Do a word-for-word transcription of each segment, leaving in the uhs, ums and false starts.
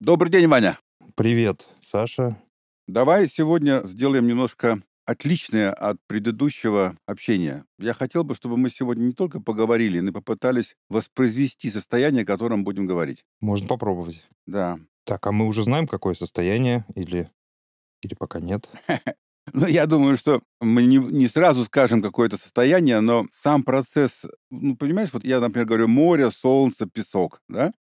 Добрый день, Ваня. Привет, Саша. Давай сегодня сделаем немножко отличное от предыдущего общения. Я хотел бы, чтобы мы сегодня не только поговорили, но и попытались воспроизвести состояние, о котором будем говорить. Можно попробовать. Да. Так, а мы уже знаем, какое состояние, или, или пока нет? Ну, я думаю, что мы не, не сразу скажем какое-то состояние, но сам процесс, ну, понимаешь, вот я, например, говорю море, солнце, песок, да?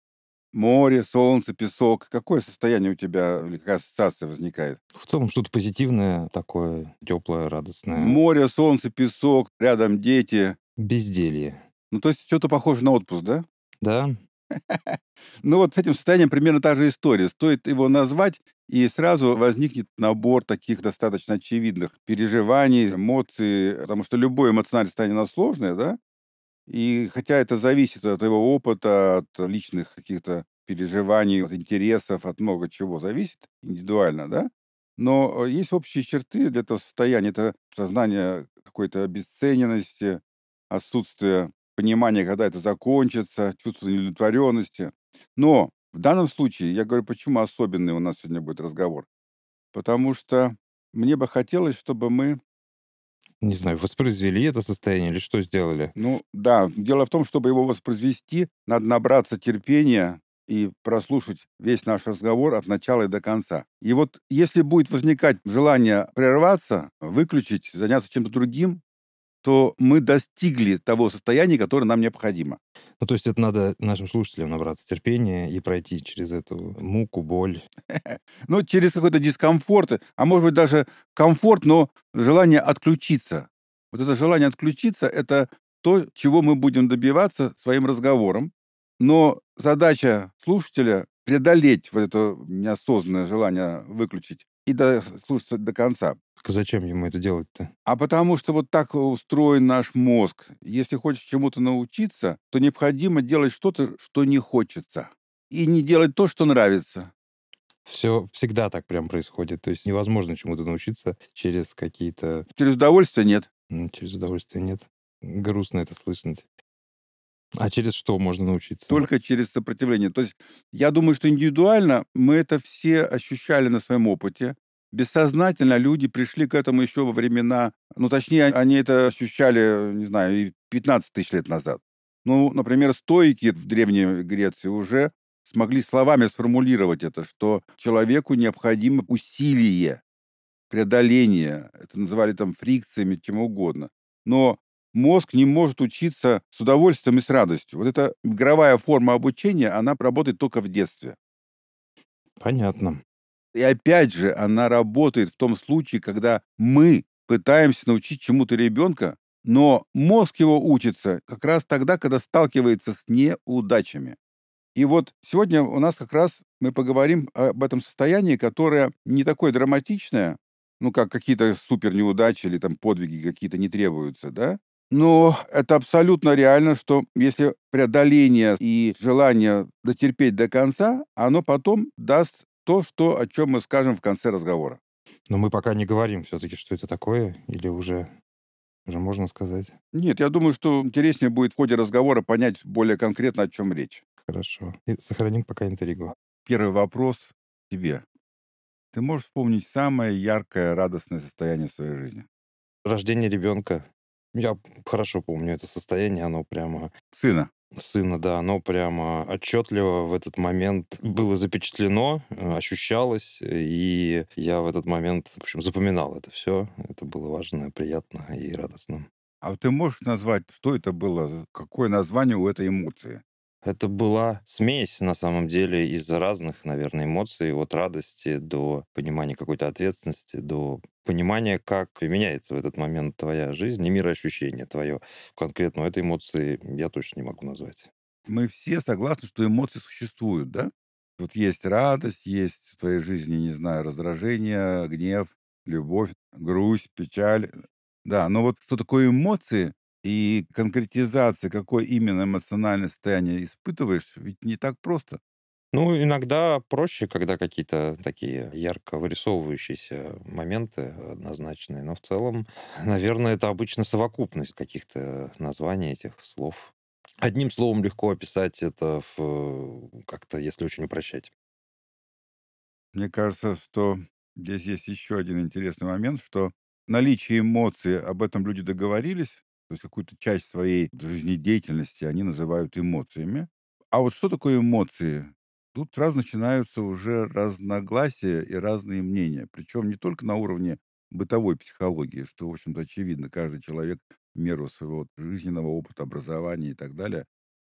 Море, солнце, песок. Какое состояние у тебя, или какая ассоциация возникает? В целом что-то позитивное такое, теплое, радостное. Море, солнце, песок, рядом дети. Безделье. Ну, то есть что-то похоже на отпуск, да? Да? Ну, вот с этим состоянием примерно та же история. Стоит его назвать, и сразу возникнет набор таких достаточно очевидных переживаний, эмоций, потому что любое эмоциональное состояние, оно сложное, да? И хотя это зависит от его опыта, от личных каких-то переживаний, от интересов, от много чего зависит индивидуально, да? Но э, есть общие черты для этого состояния. Это сознание какой-то обесцененности, отсутствие понимания, когда это закончится, чувство неудовлетворенности. Но в данном случае, я говорю, почему особенный у нас сегодня будет разговор. Потому что мне бы хотелось, чтобы мы. Не знаю, воспроизвели это состояние или что сделали? Ну да, дело в том, чтобы его воспроизвести, надо набраться терпения и прослушать весь наш разговор от начала и до конца. И вот если будет возникать желание прерваться, выключить, заняться чем-то другим, то мы достигли того состояния, которое нам необходимо. Ну, то есть это надо нашим слушателям набраться терпения и пройти через эту муку, боль. Ну, через какой-то дискомфорт, а может быть даже комфорт, но желание отключиться. Вот это желание отключиться– это то, чего мы будем добиваться своим разговором. Но задача слушателя– преодолеть вот это неосознанное желание выключить и дослушать до конца. Так зачем ему это делать-то? А потому что вот так устроен наш мозг. Если хочешь чему-то научиться, то необходимо делать что-то, что не хочется. И не делать то, что нравится. Все всегда так прям происходит. То есть невозможно чему-то научиться через какие-то... Через удовольствие нет. м, Через удовольствие нет. Грустно это слышать. А через что можно научиться? Только через сопротивление. То есть я думаю, что индивидуально мы это все ощущали на своем опыте. Бессознательно люди пришли к этому еще во времена, ну, точнее, они это ощущали, не знаю, и пятнадцать тысяч лет назад. Ну, например, стоики в Древней Греции уже смогли словами сформулировать это, что человеку необходимо усилие, преодоление. Это называли там фрикциями, чем угодно. Но мозг не может учиться с удовольствием и с радостью. Вот эта игровая форма обучения, она работает только в детстве. Понятно. И опять же, она работает в том случае, когда мы пытаемся научить чему-то ребенка, но мозг его учится как раз тогда, когда сталкивается с неудачами. И вот сегодня у нас как раз мы поговорим об этом состоянии, которое не такое драматичное, ну, как какие-то супер неудачи или там подвиги какие-то не требуются, да? Но это абсолютно реально, что если преодоление и желание дотерпеть до конца, оно потом даст то, что, о чем мы скажем в конце разговора. Но мы пока не говорим все-таки, что это такое, или уже, уже можно сказать. Нет, я думаю, что интереснее будет в ходе разговора понять более конкретно, о чем речь. Хорошо. И сохраним пока интригу. Первый вопрос тебе. Ты можешь вспомнить самое яркое, радостное состояние в своей жизни? Рождение ребенка. Я хорошо помню это состояние, оно прямо Сына. сына, да, оно прямо отчетливо в этот момент было запечатлено, э, ощущалось, и я в этот момент, в общем, запоминал это все. Это было важно, приятно и радостно. А вот ты можешь назвать, что это было? Какое название у этой эмоции? Это была смесь, на самом деле, из разных, наверное, эмоций, от радости до понимания какой-то ответственности, до понимания, как меняется в этот момент твоя жизнь и мироощущение твое. Конкретно этой эмоции я точно не могу назвать. Мы все согласны, что эмоции существуют, да? Вот есть радость, есть в твоей жизни, не знаю, раздражение, гнев, любовь, грусть, печаль. Да, но вот что такое эмоции и конкретизация, какое именно эмоциональное состояние испытываешь, ведь не так просто. Ну, иногда проще, когда какие-то такие ярко вырисовывающиеся моменты однозначные, но в целом, наверное, это обычно совокупность каких-то названий этих слов. Одним словом легко описать это в, как-то, если очень упрощать. Мне кажется, что здесь есть еще один интересный момент, что наличие эмоций, об этом люди договорились, то есть какую-то часть своей жизнедеятельности они называют эмоциями. А вот что такое эмоции? Тут сразу начинаются уже разногласия и разные мнения. Причем не только на уровне бытовой психологии, что, в общем-то, очевидно, каждый человек в меру своего вот жизненного опыта, образования и так далее.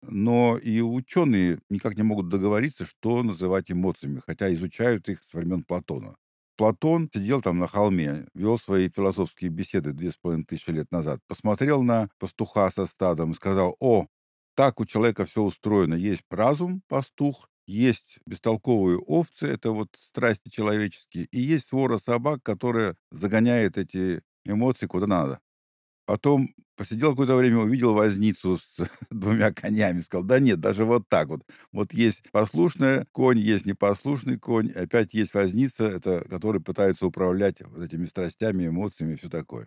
Но и ученые никак не могут договориться, что называть эмоциями, хотя изучают их с времен Платона. Платон сидел там на холме, вел свои философские беседы две с половиной тысячи лет назад, посмотрел на пастуха со стадом и сказал: «О, так у человека все устроено. Есть разум, пастух, есть бестолковые овцы, это вот страсти человеческие, и есть свора собак, которая загоняет эти эмоции куда надо». Потом посидел какое-то время, увидел возницу с двумя конями, сказал: «Да нет, даже вот так вот. Вот есть послушный конь, есть непослушный конь, опять есть возница, это который пытается управлять вот этими страстями, эмоциями и все такое».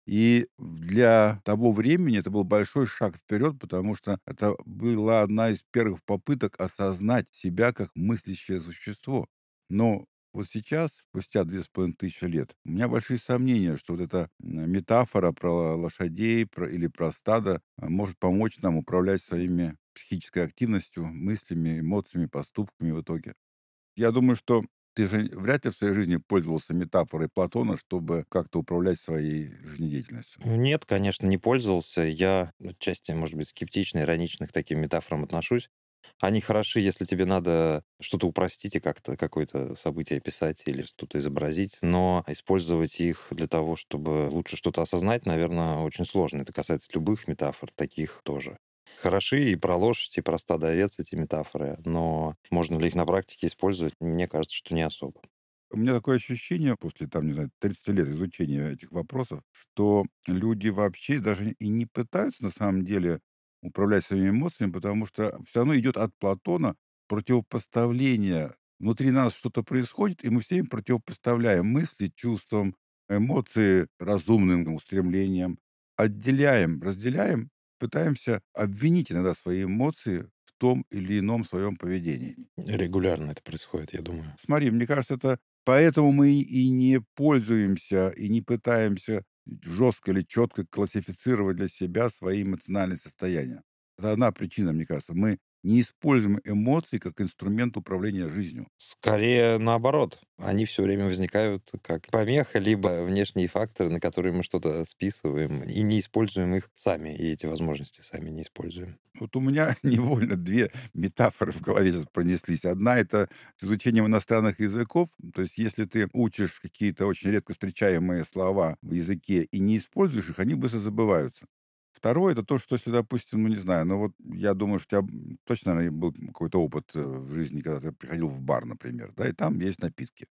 И для того времени это был большой шаг вперед, потому что это была одна из первых попыток осознать себя как мыслящее существо. Но вот сейчас, спустя две с половиной тысячи лет, у меня большие сомнения, что вот эта м, метафора про лошадей про, или про стадо а, может помочь нам управлять своими психической активностью, мыслями, эмоциями, поступками в итоге. Я думаю, что ты же вряд ли в своей жизни пользовался метафорой Платона, чтобы как-то управлять своей жизнедеятельностью. Нет, конечно, не пользовался. Я отчасти, может быть, скептично, иронично к таким метафорам отношусь. Они хороши, если тебе надо что-то упростить и как-то какое-то событие описать или что-то изобразить, но использовать их для того, чтобы лучше что-то осознать, наверное, очень сложно. Это касается любых метафор, таких тоже. Хороши и про лошадь, и про стадо овец эти метафоры, но можно ли их на практике использовать? Мне кажется, что не особо. У меня такое ощущение после, там, не знаю, тридцати лет изучения этих вопросов, что люди вообще даже и не пытаются на самом деле управлять своими эмоциями, потому что все равно идет от Платона противопоставление. Внутри нас что-то происходит, и мы все им противопоставляем мысли, чувствам, эмоции разумным устремлениям, отделяем, разделяем, пытаемся обвинить иногда свои эмоции в том или ином своем поведении. Регулярно это происходит, я думаю. Смотри, мне кажется, это поэтому мы и не пользуемся, и не пытаемся жестко или четко классифицировать для себя свои эмоциональные состояния. Это одна причина, мне кажется. Мы не используем эмоции как инструмент управления жизнью. Скорее наоборот. Они все время возникают как помеха, либо внешние факторы, на которые мы что-то списываем, и не используем их сами, и эти возможности сами не используем. Вот у меня невольно две метафоры в голове сейчас пронеслись. Одна — это с изучением иностранных языков. То есть если ты учишь какие-то очень редко встречаемые слова в языке и не используешь их, они быстро забываются. Второе — это то, что если, допустим, ну, не знаю, ну, вот я думаю, что у тебя м, точно, наверно, был какой-то опыт, э, в жизни, когда ты приходил в бар, например, да, и там есть напитки.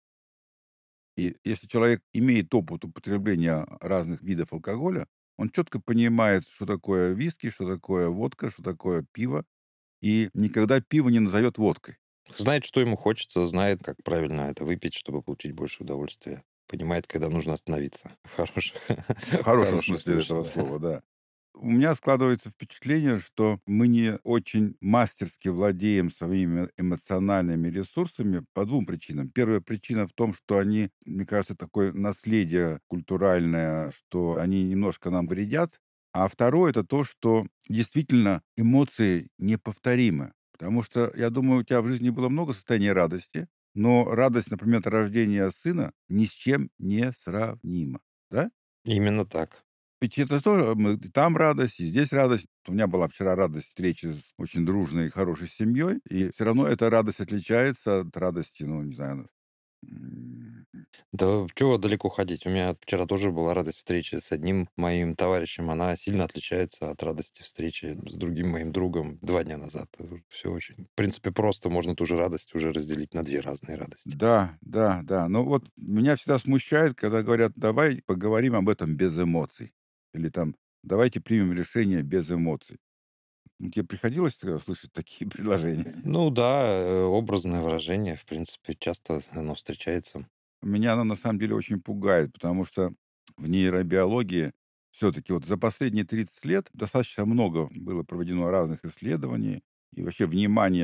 И если человек имеет опыт употребления разных видов алкоголя, он четко понимает, что такое виски, что такое водка, что такое пиво, и никогда пиво не назовет водкой. Знает, что ему хочется, знает, как правильно это выпить, чтобы получить больше удовольствия. Понимает, когда нужно остановиться. В хороших, В в хорошем хорошем смысле смысле, этого да. слова, да. У меня складывается впечатление, что мы не очень мастерски владеем своими эмоциональными ресурсами по двум причинам. Первая причина в том, что они, мне кажется, такое наследие культуральное, что они немножко нам вредят. А второе — это то, что действительно эмоции неповторимы. Потому что, я думаю, у тебя в жизни было много состояний радости, но радость, например, от рождения сына ни с чем не сравнима. Да? Именно так. Ведь это тоже мы и там радость, и здесь радость. У меня была вчера радость встречи с очень дружной и хорошей семьей, и все равно эта радость отличается от радости, ну, не знаю, м, Да чего далеко ходить? У меня вчера тоже была радость встречи с одним моим товарищем. Она сильно отличается от радости встречи с другим моим другом два дня назад. Все очень, в принципе, просто. Можно ту же радость уже разделить на две разные радости. да, да, да. Но вот меня всегда смущает, когда говорят: «Давай поговорим об этом без эмоций». Или там: «Давайте примем решение без эмоций». Ну, тебе приходилось, э, слышать такие предложения? Ну да, э, образное выражение, в принципе, часто оно встречается. Меня оно на самом деле очень пугает, потому что в нейробиологии все-таки вот за последние тридцать лет достаточно много было проведено разных исследований, и вообще внимание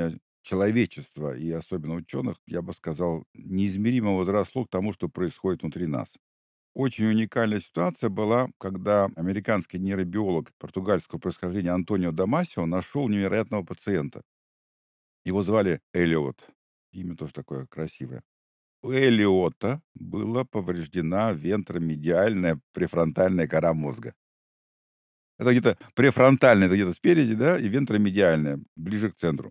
человечества и особенно ученых, я бы сказал, неизмеримо возросло к тому, что происходит внутри нас. Очень уникальная ситуация была, когда американский нейробиолог португальского происхождения Антонио Дамасио нашел невероятного пациента. Его звали Элиот. Имя тоже такое красивое. У Элиота была повреждена вентромедиальная префронтальная кора мозга. Это где-то префронтальная, это где-то спереди, да, и вентромедиальная, ближе к центру.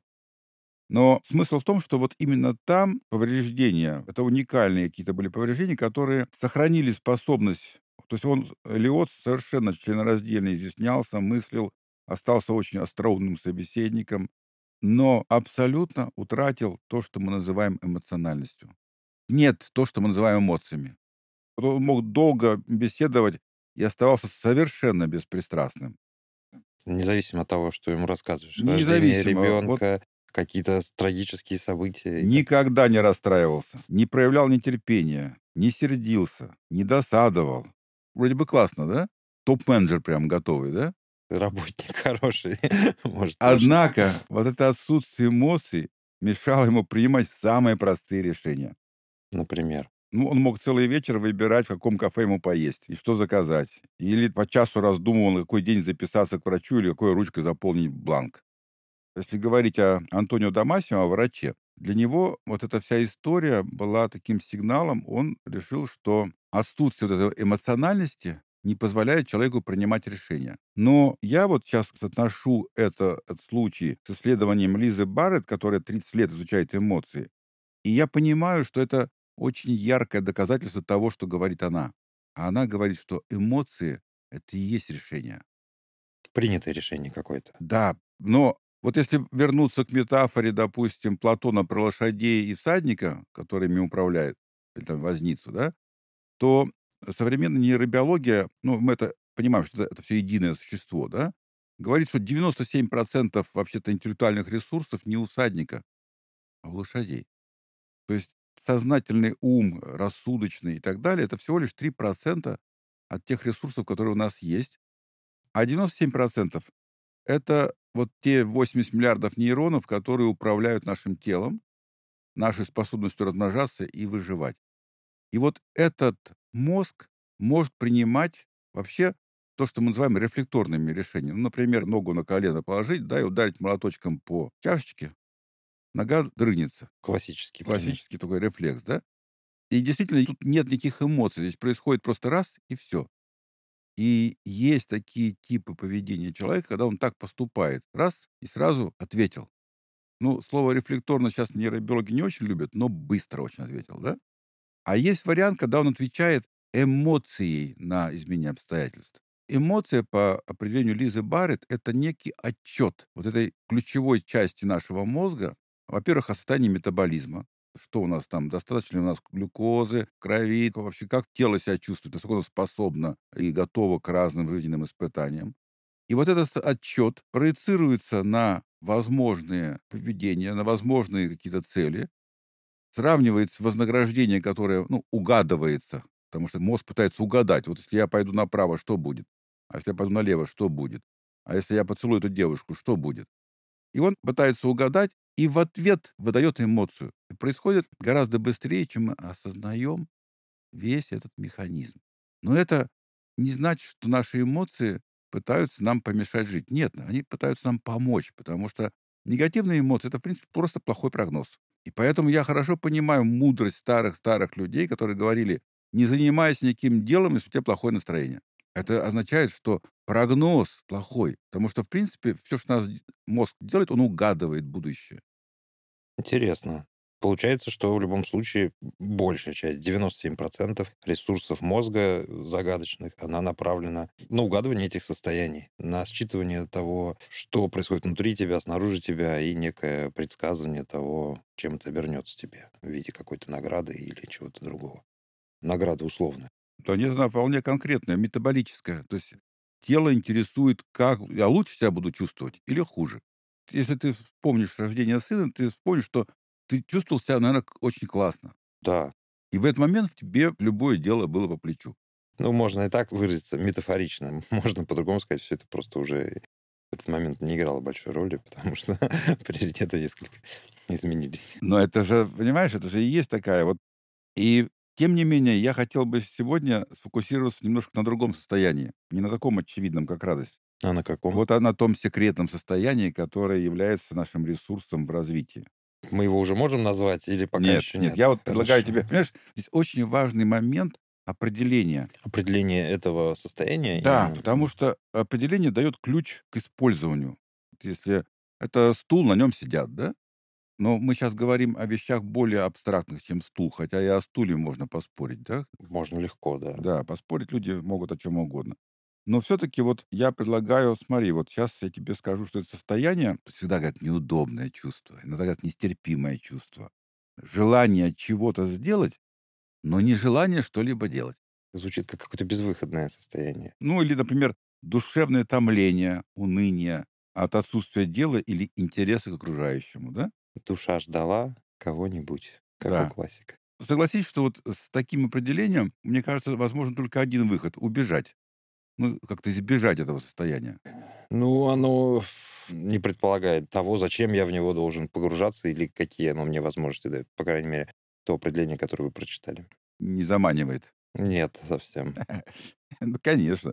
Но смысл в том, что вот именно там повреждения, это уникальные какие-то были повреждения, которые сохранили способность. То есть он, Элиот, совершенно членораздельно изъяснялся, мыслил, остался очень остроумным собеседником, но абсолютно утратил то, что мы называем эмоциональностью. Нет то, что мы называем эмоциями. Вот он мог долго беседовать и оставался совершенно беспристрастным. Независимо от того, что ему рассказываешь. Рождение Независимо, вот ребенка, какие-то с трагические события и так. никогда не расстраивался, не проявлял нетерпения, не сердился, не досадовал. Вроде бы классно, да? Топ-менеджер прям готовый, да? Работник хороший, может решить. Однако вот это отсутствие эмоций мешало ему принимать самые простые решения. Например. Ну, он мог целый вечер выбирать, в каком кафе ему поесть и что заказать. Или по часу раздумывал, на какой день записаться к врачу или какой ручкой заполнить бланк. Если говорить о Антонио Дамасио, о враче, для него вот эта вся история была таким сигналом. Он решил, что отсутствие вот этой эмоциональности не позволяет человеку принимать решения. Но я вот сейчас отношу это, этот случай с исследованием Лизы Барретт, которая тридцать лет изучает эмоции. И я понимаю, что это очень яркое доказательство того, что говорит она. А она говорит, что эмоции — это и есть решение. Принятое решение какое-то. Да, но вот если вернуться к метафоре, допустим, Платона про лошадей и всадника, которыми управляет, или там возницу, да, то современная нейробиология, ну, мы это понимаем, что это, это все единое существо, да, говорит, что девяносто семь процентов вообще-то интеллектуальных ресурсов не у всадника, а у лошадей. То есть сознательный ум, рассудочный и так далее — это всего лишь три процента от тех ресурсов, которые у нас есть, а девяносто семь процентов это вот те восемьдесят миллиардов нейронов, которые управляют нашим телом, нашей способностью размножаться и выживать. И вот этот мозг может принимать вообще то, что мы называем рефлекторными решениями. Ну, например, ногу на колено положить, да, и ударить молоточком по чашечке, нога дрыгнется. Классический пример. Классический такой рефлекс, да? И действительно, тут нет никаких эмоций. Здесь происходит просто раз и все. И есть такие типы поведения человека, когда он так поступает. Раз и сразу ответил. Ну, слово рефлекторно сейчас нейробиологи не очень любят, но быстро очень ответил, да? А есть вариант, когда он отвечает эмоцией на изменение обстоятельств. Эмоция, по определению Лизы Барретт, это некий отчет вот этой ключевой части нашего мозга, во-первых, о состоянии метаболизма. Что у нас там, достаточно ли у нас глюкозы, крови, вообще как тело себя чувствует, насколько оно способно и готово к разным жизненным испытаниям. И вот этот отчет проецируется на возможные поведения, на возможные какие-то цели, сравнивается вознаграждение, которое, ну, угадывается, потому что мозг пытается угадать. Вот если я пойду направо, что будет? А если я пойду налево, что будет? А если я поцелую эту девушку, что будет? И он пытается угадать и в ответ выдает эмоцию. И происходит гораздо быстрее, чем мы осознаем весь этот механизм. Но это не значит, что наши эмоции пытаются нам помешать жить. Нет, они пытаются нам помочь, потому что негативные эмоции — это, в принципе, просто плохой прогноз. И поэтому я хорошо понимаю мудрость старых-старых людей, которые говорили: не занимайся никаким делом, если у тебя плохое настроение. Это означает, что прогноз плохой, потому что, в принципе, все, что наш мозг делает, он угадывает будущее. Интересно. Получается, что в любом случае большая часть, девяносто семь процентов ресурсов мозга загадочных, она направлена на угадывание этих состояний, на считывание того, что происходит внутри тебя, снаружи тебя, и некое предсказывание того, чем это обернется тебе в виде какой-то награды или чего-то другого. Награда условная. Да нет, она вполне конкретная, метаболическая. То есть тело интересует, как я лучше себя буду чувствовать или хуже. Если ты вспомнишь рождение сына, ты вспомнишь, что ты чувствовал себя, наверное, очень классно. Да. И в этот момент в тебе любое дело было по плечу. Ну, можно и так выразиться метафорично. Можно по-другому сказать, все это просто уже в этот момент не играло большой роли, потому что приоритеты несколько изменились. Но это же, понимаешь, это же и есть такая вот. И тем не менее, я хотел бы сегодня сфокусироваться немножко на другом состоянии, не на таком очевидном, как радость. А на каком? Вот а на том секретном состоянии, которое является нашим ресурсом в развитии. Мы его уже можем назвать или пока Нет, еще нет, нет? я вот предлагаю Хорошо. тебе, понимаешь, здесь очень важный момент определения. Определение этого состояния Да, именно. потому что определение дает ключ к использованию. Вот если это стул, на нем сидят, да? Но мы сейчас говорим о вещах более абстрактных, чем стул, хотя и о стуле можно поспорить, да? Можно легко, да. Да, поспорить люди могут о чем угодно. Но все-таки вот я предлагаю, смотри, вот сейчас я тебе скажу, что это состояние всегда как неудобное чувство, иногда как нестерпимое чувство. Желание чего-то сделать, но не желание что-либо делать. Звучит как какое-то безвыходное состояние. Ну или, например, душевное томление, уныние от отсутствия дела или интереса к окружающему, да? Душа ждала кого-нибудь, как у Да. классика. Согласись, что вот с таким определением, мне кажется, возможен только один выход — убежать. Ну, как-то избежать этого состояния. Ну, оно не предполагает того, зачем я в него должен погружаться или какие оно мне возможности дает. По крайней мере, то определение, которое вы прочитали. Не заманивает. Нет, совсем. Ну, конечно.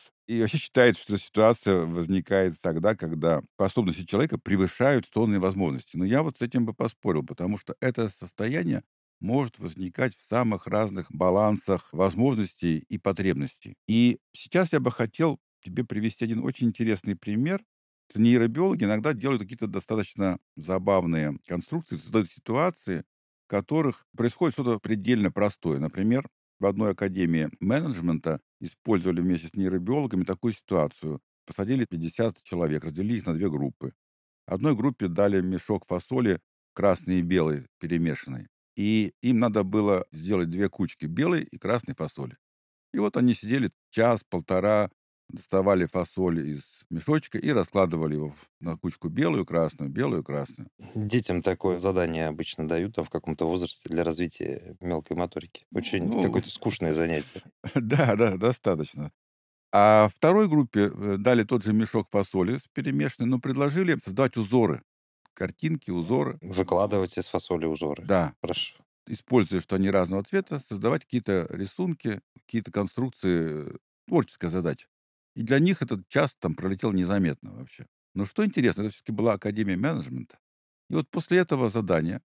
И вообще считается, что ситуация возникает тогда, когда способности человека превышают стороны возможности. Но я вот с этим бы поспорил, потому что это состояние может возникать в самых разных балансах возможностей и потребностей. И сейчас я бы хотел тебе привести один очень интересный пример. Нейробиологи иногда делают какие-то достаточно забавные конструкции, создают ситуации, в которых происходит что-то предельно простое. Например, в одной академии менеджмента использовали вместе с нейробиологами такую ситуацию. Посадили пятьдесят человек, разделили их на две группы. Одной группе дали мешок фасоли красный и белый перемешанный. И им надо было сделать две кучки белой и красной фасоли. И вот они сидели час-полтора, доставали фасоль из мешочка и раскладывали его в- на кучку белую, красную, белую, красную. Детям такое задание обычно дают там в каком-то возрасте для развития мелкой моторики. Очень Ну, какое-то скучное занятие. да, да, достаточно. А второй группе э, дали тот же мешок фасоли с перемешанной, но предложили создавать узоры, картинки, узоры. Выкладывать из фасоли узоры. Да, Хорошо. используя, что они разного цвета, создавать какие-то рисунки, какие-то конструкции, э, творческая задача. И для них этот час там пролетел незаметно вообще. Но что интересно, это все-таки была Академия менеджмента. И вот после этого задания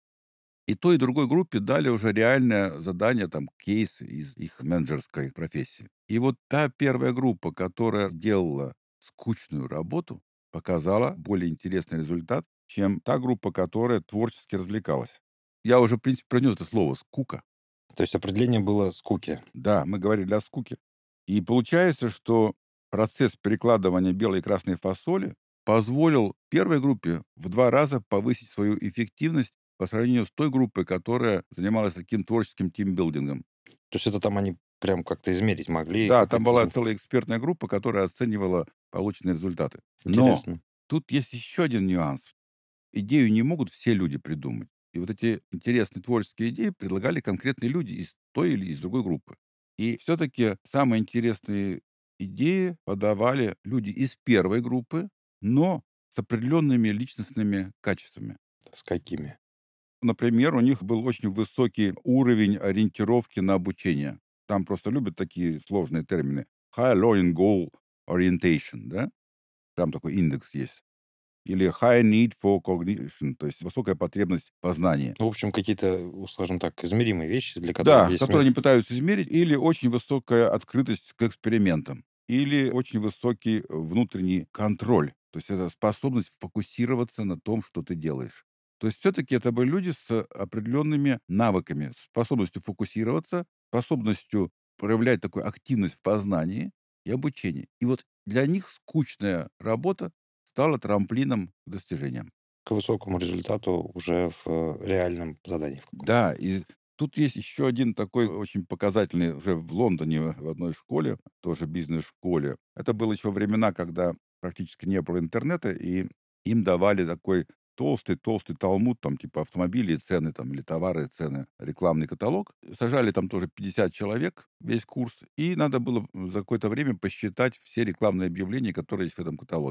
и той, и другой группе дали уже реальное задание, там, кейс из их менеджерской профессии. И вот та первая группа, которая делала скучную работу, показала более интересный результат, чем та группа, которая творчески развлекалась. Я уже, в принципе, пронес это слово «скука». То есть определение было скуки. Да, мы говорили о скуке. И получается, что процесс перекладывания белой и красной фасоли позволил первой группе в два раза повысить свою эффективность по сравнению с той группой, которая занималась таким творческим тимбилдингом. То есть это там они прям как-то измерить могли Да, там какой-то была результат. целая экспертная группа, которая оценивала полученные результаты. Но Интересно. тут есть еще один нюанс. Идею не могут все люди придумать. И вот эти интересные творческие идеи предлагали конкретные люди из той или из другой группы. И все-таки самые интересные идеи подавали люди из первой группы, но с определенными личностными качествами. С какими? Например, у них был очень высокий уровень ориентировки на обучение. Там просто любят такие сложные термины. High Learning Goal Orientation, да? Там такой индекс есть. Или high need for cognition, то есть высокая потребность познания. Ну, в общем, какие-то, у скажем так, измеримые вещи, для которых Да, есть которые ме они пытаются измерить, или очень высокая открытость к экспериментам, или очень высокий внутренний контроль. То есть это способность фокусироваться на том, что ты делаешь. То есть все-таки это были люди с определенными навыками, способностью фокусироваться, способностью проявлять такую активность в познании и обучении. И вот для них скучная работа стала трамплином к достижениям. к высокому результату уже в, э, реальном задании в каком-то. Да, и тут есть еще один такой очень показательный уже в Лондоне в одной школе, тоже бизнес-школе. Это было еще времена, когда практически не было интернета, и им давали такой толстый-толстый талмуд, там типа автомобили и цены, там, или товары и цены, рекламный каталог. Сажали там тоже пятьдесят человек, весь курс, и надо было за какое-то время посчитать все рекламные объявления, которые есть в этом каталоге.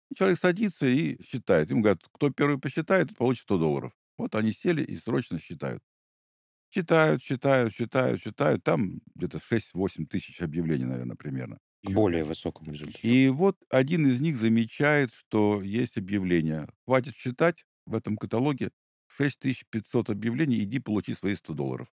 И человек садится и считает. Ему говорят: "Кто первый посчитает, тот получит сто долларов". Вот они сели и срочно считают. Считают, считают, считают, считают. Там где-то шесть-восемь тысяч объявлений, наверно, примерно. К более высокому результату. И вот один из них замечает, что есть объявление: "Хватит считать, в этом каталоге шесть тысяч пятьсот объявлений, иди получи свои сто долларов".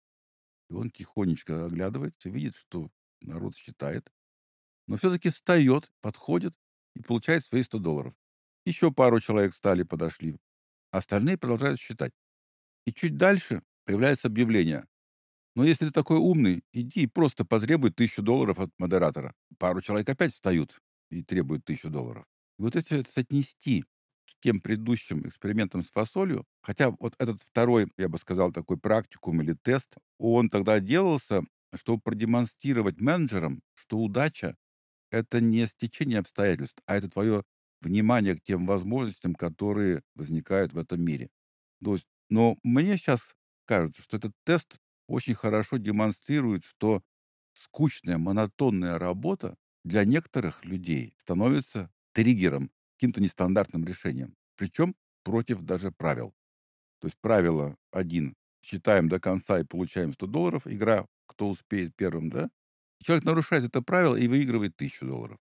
И он тихонечко оглядывается, видит, что народ считает, но все-таки встает, подходит и получает свои сто долларов. Еще пару человек встали, подошли. Остальные продолжают считать. И чуть дальше появляется объявление: "Но если ты такой умный, иди и просто потребуй тысячу долларов от модератора". Пару человек опять встают и требуют тысячу долларов. И вот если это соотнести с тем предыдущим экспериментом с фасолью, хотя вот этот второй, я бы сказал, такой практикум или тест, он тогда делался, чтобы продемонстрировать менеджерам, что удача — это не стечение обстоятельств, а это твое внимание к тем возможностям, которые возникают в этом мире. То есть, но мне сейчас кажется, что этот тест очень хорошо демонстрирует, что скучная, монотонная работа для некоторых людей становится триггером, каким-то нестандартным решением, причем против даже правил. То есть правило один: считаем до конца и получаем сто долларов. Игра "Кто успеет первым", да? Человек нарушает это правило и выигрывает тысячу долларов.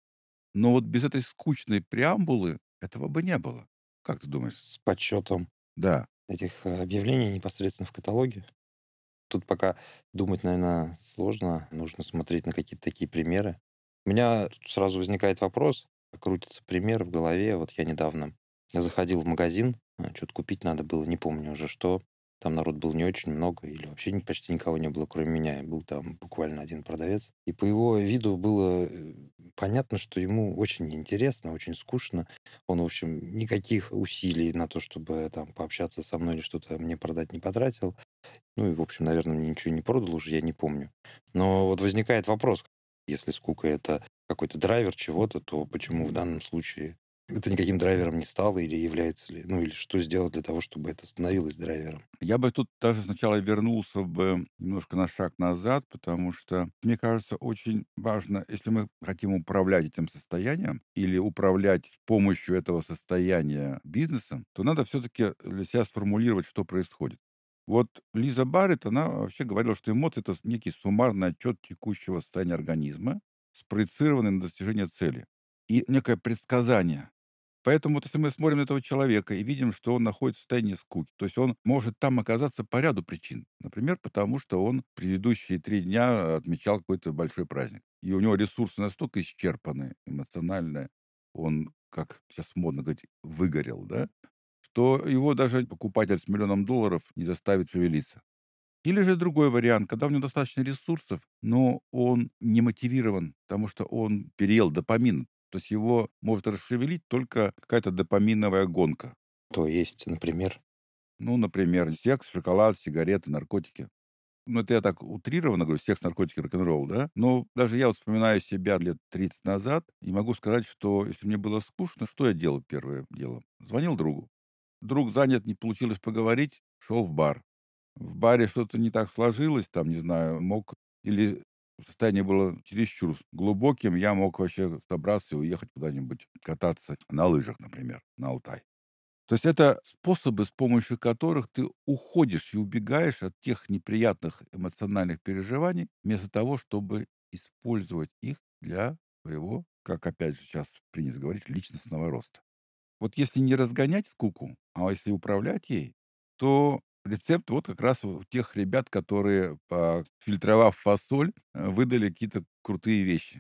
Но вот без этой скучной преамбулы этого бы не было. Как ты думаешь? С подсчетом Да. этих э, объявлений непосредственно в каталоге. Тут пока думать, наверное, сложно. Нужно смотреть на какие-то такие примеры. У меня тут сразу возникает вопрос, крутится пример в голове. Вот я недавно заходил в магазин, что-то купить надо было, не помню уже что. Там народ был не очень много, или вообще ни- почти никого не было, кроме меня. И был там буквально один продавец. И по его виду было э, понятно, что ему очень интересно, очень скучно. Он, в общем, никаких усилий на то, чтобы там пообщаться со мной или что-то мне продать, не потратил. Ну и, в общем, наверное, мне ничего не продал уже, я не помню. Но вот возникает вопрос: если скука — это какой-то драйвер чего-то, то почему в данном случае это никаким драйвером не стало, или является ли, ну или что сделать для того, чтобы это становилось драйвером? Я бы тут даже сначала вернулся бы немножко на шаг назад, потому что, мне кажется, очень важно, если мы хотим управлять этим состоянием или управлять с помощью этого состояния бизнесом, то надо все-таки для себя сформулировать, что происходит. Вот Лиза Барретт, она вообще говорила, что эмоции — это некий суммарный отчет текущего состояния организма, спроецированный на достижение цели. И некое предсказание. Поэтому вот если мы смотрим на этого человека и видим, что он находится в состоянии скуки, то есть он может там оказаться по ряду причин. Например, потому что он предыдущие три дня отмечал какой-то большой праздник. И у него ресурсы настолько исчерпаны эмоционально, он, как сейчас модно говорить, выгорел, да, что его даже покупатель с миллионом долларов не заставит шевелиться. Или же другой вариант, когда у него достаточно ресурсов, но он не мотивирован, потому что он переел допамин. То есть его может расшевелить только какая-то допаминовая гонка. То есть, например, Ну, например, секс, шоколад, сигареты, наркотики. Ну, это я так утрированно говорю: секс, наркотики, рок-н-ролл, да? Но даже я вот вспоминаю себя лет тридцать назад и могу сказать, что если мне было скучно, что я делал первое дело? Звонил другу. Друг занят, не получилось поговорить, шел в бар. В баре что-то не так сложилось, там, не знаю, мог или состояние было чересчур глубоким, я мог вообще собраться и уехать куда-нибудь кататься на лыжах, например, на Алтай. То есть это способы, с помощью которых ты уходишь и убегаешь от тех неприятных эмоциональных переживаний, вместо того, чтобы использовать их для своего, как опять же сейчас принято говорить, личностного роста. Вот если не разгонять скуку, а если управлять ей, то рецепт вот как раз у тех ребят, которые, фильтровав фасоль, э, выдали какие-то крутые вещи.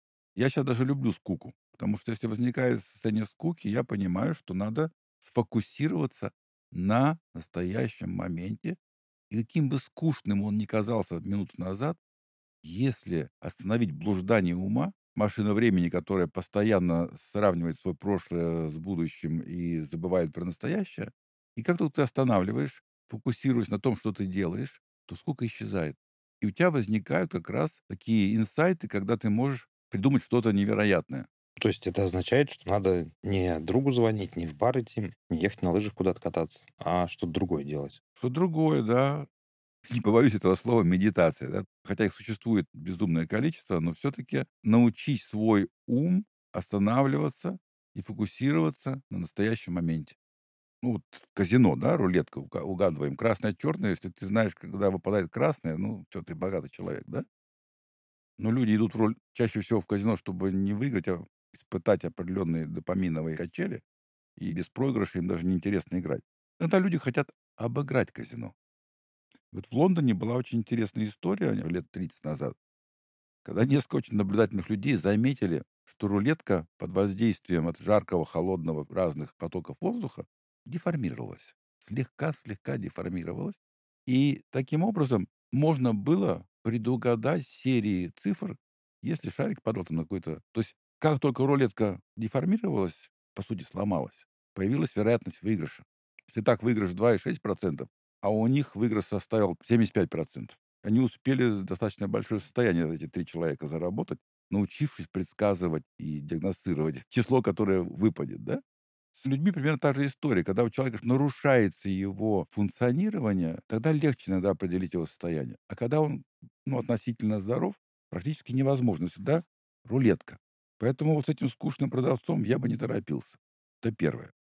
Я сейчас даже люблю скуку, потому что если возникает состояние скуки, я понимаю, что надо сфокусироваться на настоящем моменте. И каким бы скучным он ни казался минуту назад, если остановить блуждание ума, машина времени, которая постоянно сравнивает свое прошлое с будущим и забывает про настоящее, и как только ты останавливаешь, фокусируясь на том, что ты делаешь, то скука исчезает. И у тебя возникают как раз такие инсайты, когда ты можешь придумать что-то невероятное. то есть это означает, что надо не другу звонить, не в бар идти, не ехать на лыжах куда-то кататься, а что-то другое делать. Что другое, да, не побоюсь этого слова, медитация, да. Хотя их существует безумное количество, но все-таки научить свой ум останавливаться и фокусироваться на настоящем моменте. Ну, вот казино, да, рулетка, уга угадываем красное, черное. Если ты знаешь, когда выпадает красное, ну, всё, ты богатый человек, да? Но люди идут в роль чаще всего в казино, чтобы не выиграть, а испытать определенные допаминовые качели, и без проигрыша им даже неинтересно играть. Иногда люди хотят обыграть казино. Вот в Лондоне была очень интересная история лет тридцать назад, когда несколько очень наблюдательных людей заметили, что рулетка под воздействием от жаркого, холодного, разных потоков воздуха деформировалась. Слегка-слегка деформировалась. И таким образом можно было предугадать серии цифр, если шарик падал там на какой-то. То есть как только рулетка деформировалась, по сути, сломалась, появилась вероятность выигрыша. Если так, выигрыш два и шесть процентов, а у них выигрыш составил семьдесят пять процентов. Они успели достаточно большое состояние, эти три человека, заработать, научившись предсказывать и диагностировать число, которое выпадет, да? С людьми примерно та же история. Когда у человека нарушается его функционирование, тогда легче иногда определить его состояние. А когда он, ну, относительно здоров, практически невозможно. Всегда рулетка. Поэтому вот с этим скучным продавцом я бы не торопился. Это первое.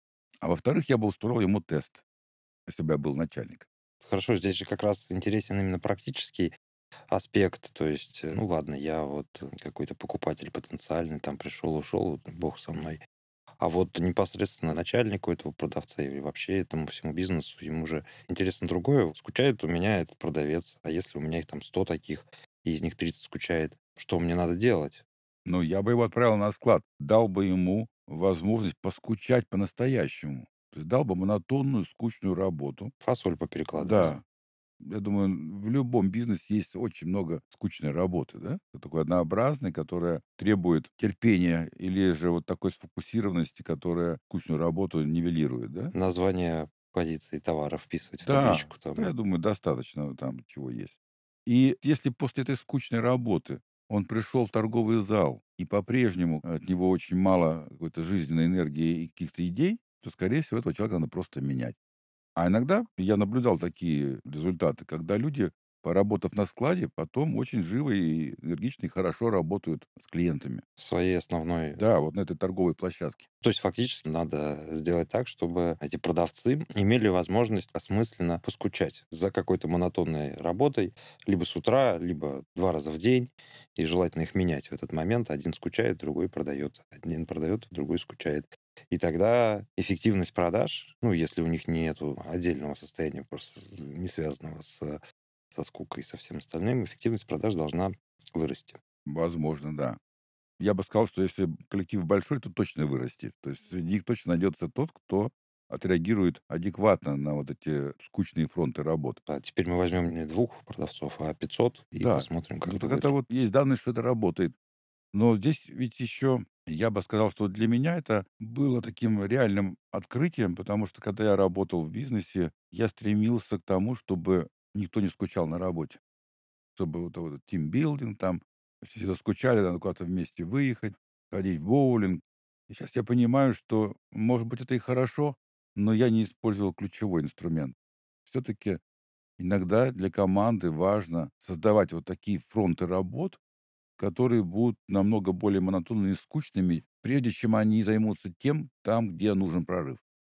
А во-вторых, я бы устроил ему тест, если бы я был начальником. Хорошо, здесь же как раз интересен именно практический аспект. То есть, э, ну ладно, я вот э, какой-то покупатель потенциальный, там пришел, ушел, вот бог со мной. А вот непосредственно начальнику этого продавца или вообще этому всему бизнесу, ему же интересно другое. Скучает у меня этот продавец, а если у меня их там сто таких, и из них тридцать скучает, что мне надо делать? Ну, я бы его отправил на склад, дал бы ему возможность поскучать по-настоящему. То есть дал бы монотонную, скучную работу. Фасоль поперекладывать. Да, я думаю, в любом бизнесе есть очень много скучной работы, да? Такой однообразной, которая требует терпения, или же вот такой сфокусированности, которая скучную работу нивелирует, да? Название позиции товара вписывать в Да, табличку да, я там. думаю, достаточно там чего есть. И если после этой скучной работы он пришел в торговый зал, и по-прежнему от него очень мало какой-то жизненной энергии и каких-то идей, то, скорее всего, этого человека надо просто менять. А иногда я наблюдал такие результаты, когда люди, поработав на складе, потом очень живо и энергично и хорошо работают с клиентами. В своей основной. Да, вот на этой торговой площадке. То есть фактически надо сделать так, чтобы эти продавцы имели возможность осмысленно поскучать за какой-то монотонной работой либо с утра, либо два раза в день. И желательно их менять в этот момент. Один скучает, другой продает. Один продает, другой скучает. И тогда эффективность продаж, ну, если у них нет отдельного состояния, просто не связанного с, со скукой и со всем остальным, эффективность продаж должна вырасти. Возможно, да. Я бы сказал, что если коллектив большой, то точно вырастет. То есть среди них точно найдется тот, кто отреагирует адекватно на вот эти скучные фронты работы. А теперь мы возьмем не двух продавцов, а пятьсот и Да, посмотрим, как ну это так это будет. вот есть данные, что это работает. Но здесь ведь еще, я бы сказал, что для меня это было таким реальным открытием, потому что когда я работал в бизнесе, я стремился к тому, чтобы никто не скучал на работе. Чтобы вот этот тимбилдинг там, все заскучали, надо куда-то вместе выехать, ходить в боулинг. И сейчас я понимаю, что, может быть, это и хорошо, но я не использовал ключевой инструмент. Все-таки иногда для команды важно создавать вот такие фронты работ, которые будут намного более монотонными и скучными, прежде чем они займутся тем, там, где нужен прорыв.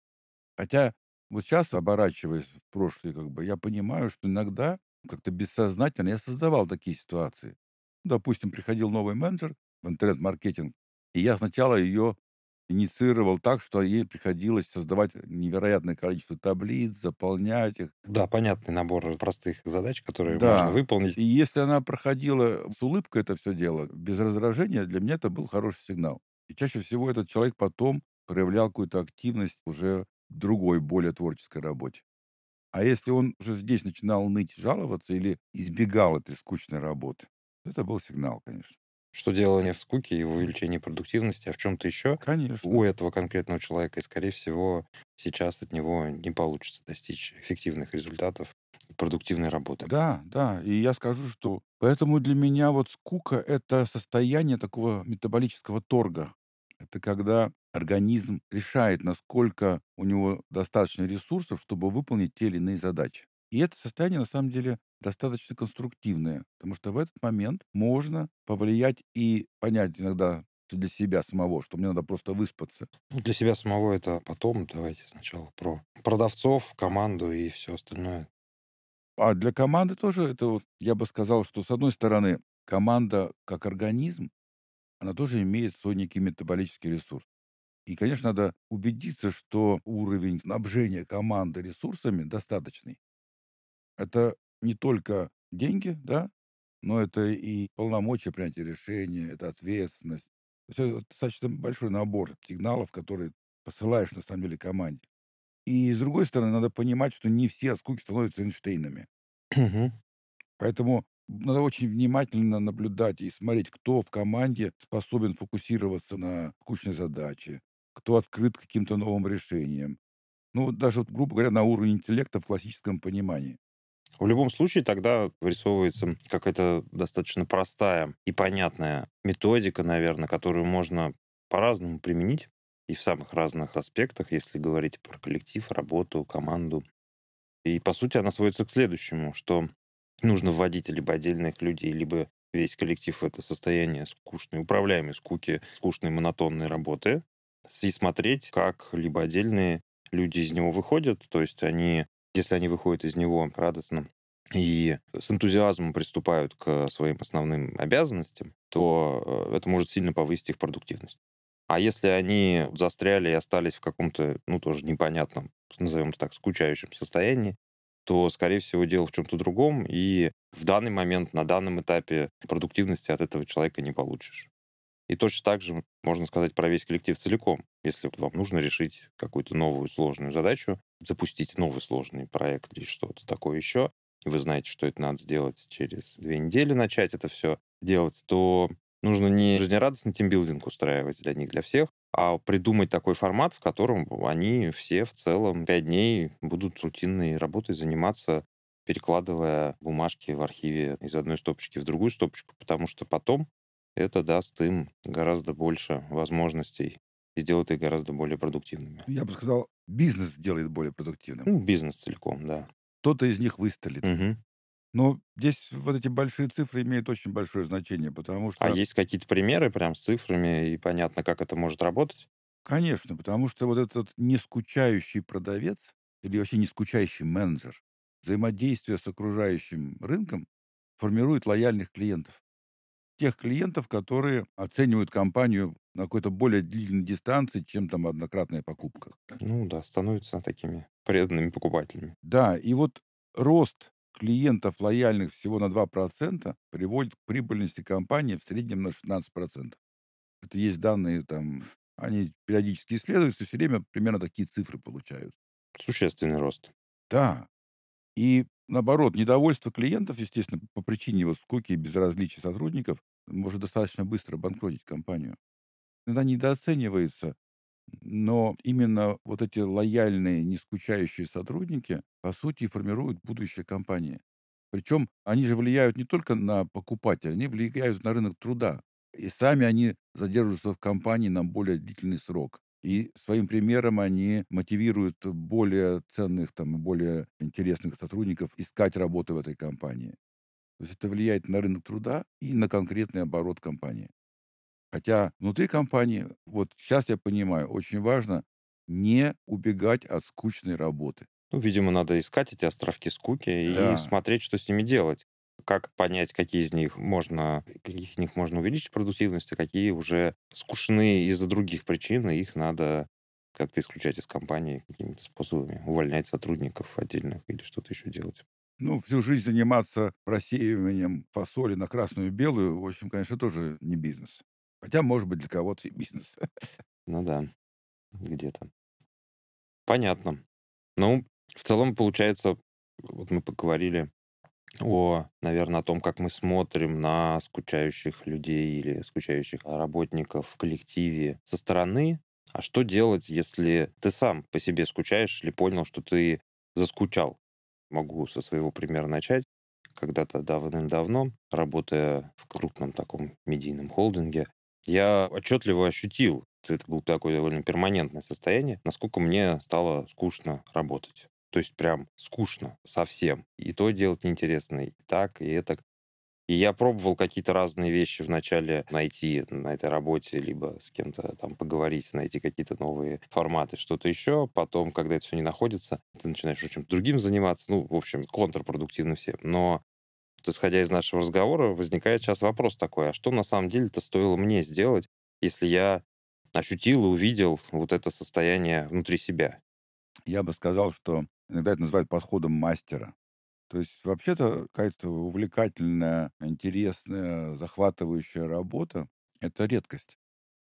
Хотя вот сейчас, оборачиваясь в прошлое, как бы, я понимаю, что иногда как-то бессознательно я создавал такие ситуации. Допустим, приходил новый менеджер в интернет-маркетинг, и я сначала ее инициировал так, что ей приходилось создавать невероятное количество таблиц, заполнять их. Да, понятный набор простых задач, которые можно Да, выполнить. и если она проходила с улыбкой это все дело, без раздражения, для меня это был хороший сигнал. И чаще всего этот человек потом проявлял какую-то активность уже в другой, более творческой работе. А если он уже здесь начинал ныть, жаловаться или избегал этой скучной работы, это был сигнал, конечно. Что дело не в скуке и в увеличении продуктивности, а в чем-то еще у Конечно. этого конкретного человека. И, скорее всего, сейчас от него не получится достичь эффективных результатов и продуктивной работы. Да, да. И я скажу, что поэтому для меня вот скука — это состояние такого метаболического торга. Это когда организм решает, насколько у него достаточно ресурсов, чтобы выполнить те или иные задачи. И это состояние, на самом деле, достаточно конструктивное, потому что в этот момент можно повлиять и понять иногда удовольствие для себя самого, что мне надо просто выспаться. Ну, для себя самого это потом. Давайте сначала про продавцов, команду и все остальное. А для команды тоже это вот, я бы сказал, что, с одной стороны, команда как организм, она тоже имеет свой некий метаболический ресурс. И, конечно, надо убедиться, что уровень снабжения команды ресурсами достаточный. Это не только деньги, да, но это и полномочия принятия решения, это ответственность. То есть это достаточно большой набор сигналов, которые посылаешь на самом деле команде. И с другой стороны, надо понимать, что не все от скуки становятся Эйнштейнами. Мгм. Поэтому надо очень внимательно наблюдать и смотреть, кто в команде способен фокусироваться на скучной задаче, кто открыт к каким-то новым решениям. Ну, вот даже, вот, грубо говоря, на уровне интеллекта в классическом понимании. В любом случае тогда вырисовывается какая-то достаточно простая и понятная методика, наверное, которую можно по-разному применить и в самых разных аспектах, если говорить про коллектив, работу, команду. И, по сути, она сводится к следующему, что нужно вводить либо отдельных людей, либо весь коллектив в это состояние скучной, управляемой скуки, скучной, монотонной работы, и смотреть, как либо отдельные люди из него выходят, то есть они, если они выходят из него радостно и с энтузиазмом приступают к своим основным обязанностям, то э, это может сильно повысить их продуктивность. А если они застряли и остались в каком-то, ну, тоже непонятном, назовем это так, скучающем состоянии, то, скорее всего, дело в чем-то другом, и в данный момент, на данном этапе продуктивности от этого человека не получишь. И точно так же можно сказать про весь коллектив целиком. Если вот вам нужно решить какую-то новую сложную задачу, запустить новый сложный проект или что-то такое еще, и вы знаете, что это надо сделать через две недели, начать это все делать, то нужно не жизнерадостный тимбилдинг устраивать для них, для всех, а придумать такой формат, в котором они все в целом пять дней будут рутинной работой заниматься, перекладывая бумажки в архиве из одной стопочки в другую стопочку, потому что потом это даст им гораздо больше возможностей и сделает их гораздо более продуктивными. Я бы сказал, бизнес сделает более продуктивным. Ну, бизнес целиком, да. Кто-то из них выстрелит. Мгм. Но здесь вот эти большие цифры имеют очень большое значение, потому А что, есть какие-то примеры прям с цифрами, и понятно, как это может работать? конечно, потому что вот этот нескучающий продавец или вообще нескучающий менеджер, взаимодействие с окружающим рынком формирует лояльных клиентов. Тех клиентов, которые оценивают компанию на какой-то более длительной дистанции, чем там однократная покупка. Ну да, становятся такими преданными покупателями. Да, и вот рост клиентов лояльных всего на два процента приводит к прибыльности компании в среднем на шестнадцать процентов. Это есть данные там, они периодически исследуются, все время примерно такие цифры получают. Существенный рост. Да, и наоборот, недовольство клиентов, естественно, по причине вот скуки и безразличия сотрудников может достаточно быстро обанкротить компанию. Иногда недооценивается, но именно вот эти лояльные, нескучающие сотрудники, по сути, и формируют будущее компании. Причем они же влияют не только на покупателя, они влияют на рынок труда. И сами они задерживаются в компании на более длительный срок. И своим примером они мотивируют более ценных, там, и более интересных сотрудников искать работу в этой компании. То есть это влияет на рынок труда и на конкретный оборот компании. Хотя внутри компании, вот сейчас я понимаю, очень важно не убегать от скучной работы. Ну, видимо, надо искать эти островки скуки и Да, смотреть, что с ними делать. Как понять, какие из них можно, каких из них можно увеличить продуктивность, а какие уже скучны из-за других причин, и их надо как-то исключать из компании какими-то способами, увольнять сотрудников отдельных или что-то еще делать. ну, всю жизнь заниматься просеиванием фасоли на красную и белую, в общем, конечно, тоже не бизнес. Хотя, может быть, для кого-то и бизнес. Ну да, где-то. Понятно. Ну, в целом, получается, вот мы поговорили о, наверное, о том, как мы смотрим на скучающих людей или скучающих работников в коллективе со стороны. А что делать, если ты сам по себе скучаешь или понял, что ты заскучал? Могу со своего примера начать. Когда-то давным-давно, работая в крупном таком медийном холдинге, я отчетливо ощутил, это было такое довольно перманентное состояние, насколько мне стало скучно работать. То есть прям скучно совсем. И то делать неинтересно, и так, и это. И я пробовал какие-то разные вещи вначале найти на этой работе, либо с кем-то там поговорить, найти какие-то новые форматы, что-то еще. Потом, когда это все не находится, ты начинаешь уже чем-то другим заниматься. Ну, в общем, контрпродуктивно все. Но вот исходя из нашего разговора, возникает сейчас вопрос такой: а что на самом деле-то стоило мне сделать, если я ощутил и увидел вот это состояние внутри себя? Я бы сказал, что иногда это называют подходом мастера. То есть вообще-то какая-то увлекательная, интересная, захватывающая работа — это редкость.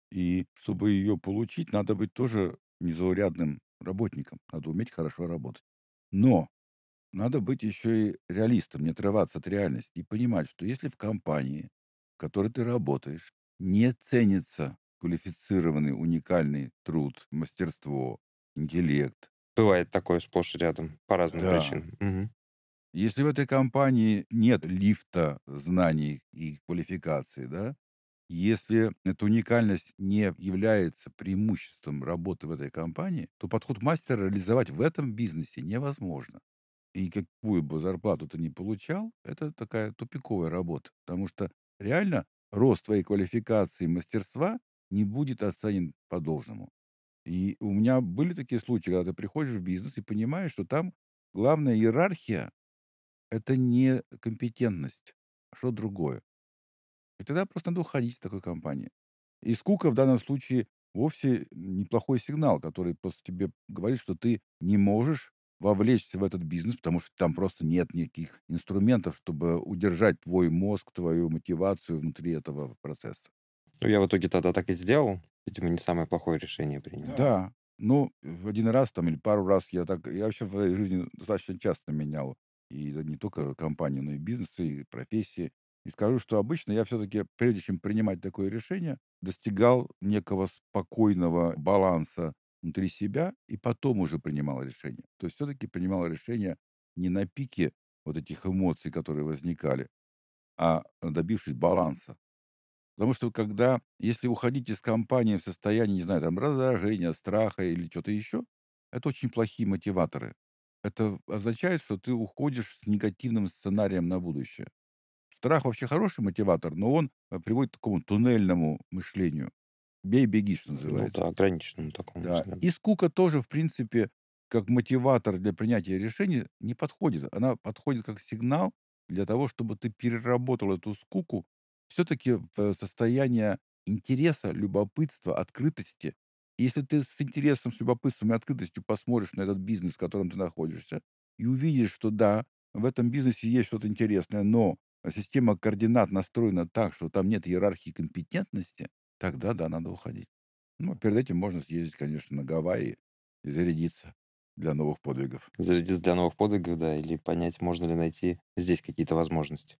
И чтобы ее получить, надо быть тоже незаурядным работником. Надо уметь хорошо работать. Но надо быть еще и реалистом, не отрываться от реальности и понимать, что если в компании, в которой ты работаешь, не ценится квалифицированный, уникальный труд, мастерство, интеллект, Бывает такое сплошь и рядом по разным да, причинам. Мгм. если в этой компании нет лифта знаний и квалификации, да, если эта уникальность не является преимуществом работы в этой компании, то подход мастера реализовать в этом бизнесе невозможно. И какую бы зарплату ты ни получал, это такая тупиковая работа, потому что реально рост твоей квалификации и мастерства не будет оценен по-должному. И у меня были такие случаи, когда ты приходишь в бизнес и понимаешь, что там главная иерархия — это не компетентность, а что другое. И тогда просто надо уходить из такой компании. И скука в данном случае вовсе неплохой сигнал, который просто тебе говорит, что ты не можешь вовлечься в этот бизнес, потому что там просто нет никаких инструментов, чтобы удержать твой мозг, твою мотивацию внутри этого процесса. Ну, я в итоге тогда так и сделал. Видимо, не самое плохое решение принял. Да, ну, в один раз там или пару раз я так я вообще в своей жизни достаточно часто менял и да не только компании, но и бизнесы, и профессии. И скажу, что обычно я все-таки, прежде чем принимать такое решение, достигал некого спокойного баланса внутри себя и потом уже принимал решение. То есть все-таки принимал решение не на пике вот этих эмоций, которые возникали, а добившись баланса. Потому что когда, если уходить из компании в состоянии, не знаю, там, раздражения, страха или что то еще, это очень плохие мотиваторы. Это означает, что ты уходишь с негативным сценарием на будущее. Страх вообще хороший мотиватор, но он э, приводит к такому туннельному мышлению. Бей, беги, что Ну называется. да, ограниченному такому Да. взгляду. И скука тоже, в принципе, как мотиватор для принятия решений не подходит. Она подходит как сигнал для того, чтобы ты переработал эту скуку все-таки в э, состояние интереса, любопытства, открытости. И если ты с интересом, с любопытством и открытостью посмотришь на этот бизнес, в котором ты находишься, и увидишь, что да, в этом бизнесе есть что-то интересное, но система координат настроена так, что там нет иерархии компетентности, тогда да, надо уходить. Ну, перед этим можно съездить, конечно, на Гавайи и зарядиться для новых подвигов. Зарядиться для новых подвигов, да, или понять, можно ли найти здесь какие-то возможности.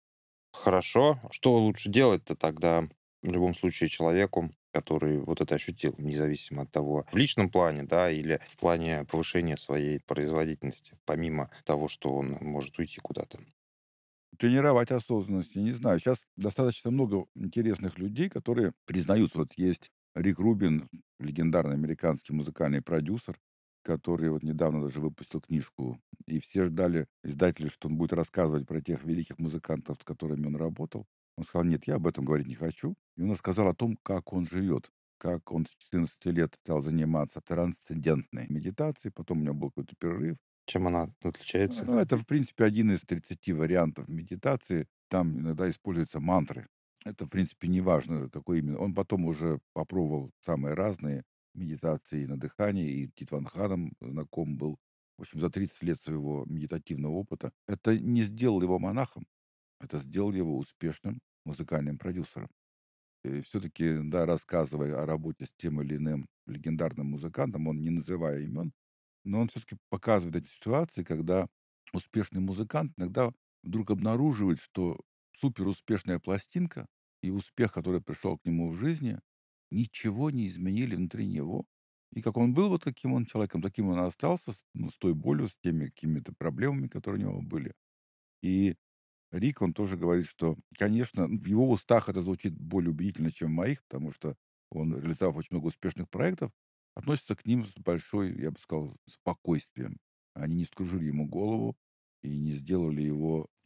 Хорошо. Что лучше делать-то тогда в любом случае человеку, который вот это ощутил, независимо от того, в личном плане, да, или в плане повышения своей производительности, помимо того, что он может уйти куда-то? Тренировать осознанность, я не знаю. Сейчас достаточно много интересных людей, которые признаются. Вот есть Рик Рубин, легендарный американский музыкальный продюсер, который вот недавно даже выпустил книжку. И все ждали, издатели, что он будет рассказывать про тех великих музыкантов, с которыми он работал. Он сказал: нет, я об этом говорить не хочу. И он рассказал о том, как он живет, как он с четырнадцати лет стал заниматься трансцендентной медитацией, потом у него был какой-то перерыв. Чем она А, отличается? ну, это, в принципе, один из тридцати вариантов медитации. Там иногда используются мантры. Это, в принципе, не важно, какой именно. Он потом уже попробовал самые разные медитации на дыхание, и Тит Ван Ханом знаком был. В общем, за тридцать лет своего медитативного опыта. Это не сделал его монахом, это сделал его успешным музыкальным продюсером. И все-таки, да, рассказывая о работе с тем или иным легендарным музыкантом, он не называя имен, но он все-таки показывает эти ситуации, когда успешный музыкант иногда вдруг обнаруживает, что суперуспешная пластинка и успех, который пришел к нему в жизни, ничего не изменили внутри него. И как он был вот таким он человеком, таким он и остался, с, ну, с той болью, с теми какими-то проблемами, которые у него были. И Рик, он тоже говорит, что, конечно, в его устах это звучит более убедительно, чем в моих, потому что он, реализовав очень много успешных проектов, относится к ним с большой, я бы сказал, спокойствием. Они не скружили ему голову и не сделали его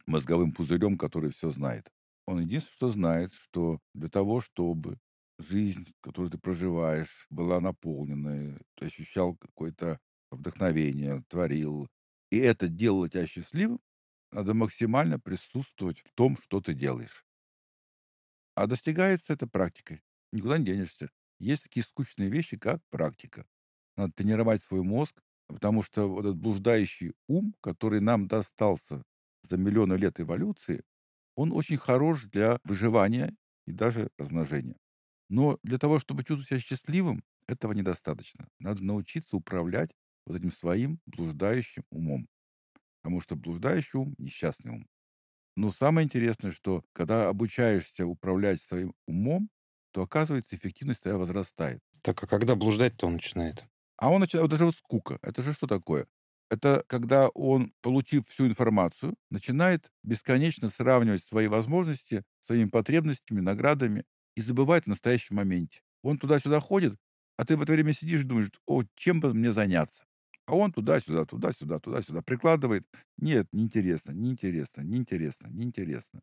мозговым пузырем, который все знает. Он единственное, что знает, что для того, чтобы жизнь, которую ты проживаешь, была наполненной, ты ощущал какое-то вдохновение, творил, и это делало тебя счастливым, надо максимально присутствовать в том, что ты делаешь. А достигается это практикой. Никуда не денешься. Есть такие скучные вещи, как практика. Надо тренировать свой мозг, потому что вот этот блуждающий ум, который нам достался за миллионы лет эволюции, он очень хорош для выживания и даже размножения. Но для того, чтобы чувствовать себя счастливым, этого недостаточно. Надо научиться управлять вот этим своим блуждающим умом. Потому что блуждающий ум — несчастный ум. Но самое интересное, что когда обучаешься управлять своим умом, то, оказывается, эффективность твоя возрастает. Так а когда блуждать-то он начинает? А он начинает, вот даже вот скука. Это же что такое? Это когда он, получив всю информацию, начинает бесконечно сравнивать свои возможности, своими потребностями, наградами и забывает о настоящем моменте. Он туда-сюда ходит, а ты в это время сидишь и думаешь: о, чем бы мне заняться? А он туда-сюда, туда-сюда, туда-сюда прикладывает. Нет, неинтересно, неинтересно, неинтересно, неинтересно.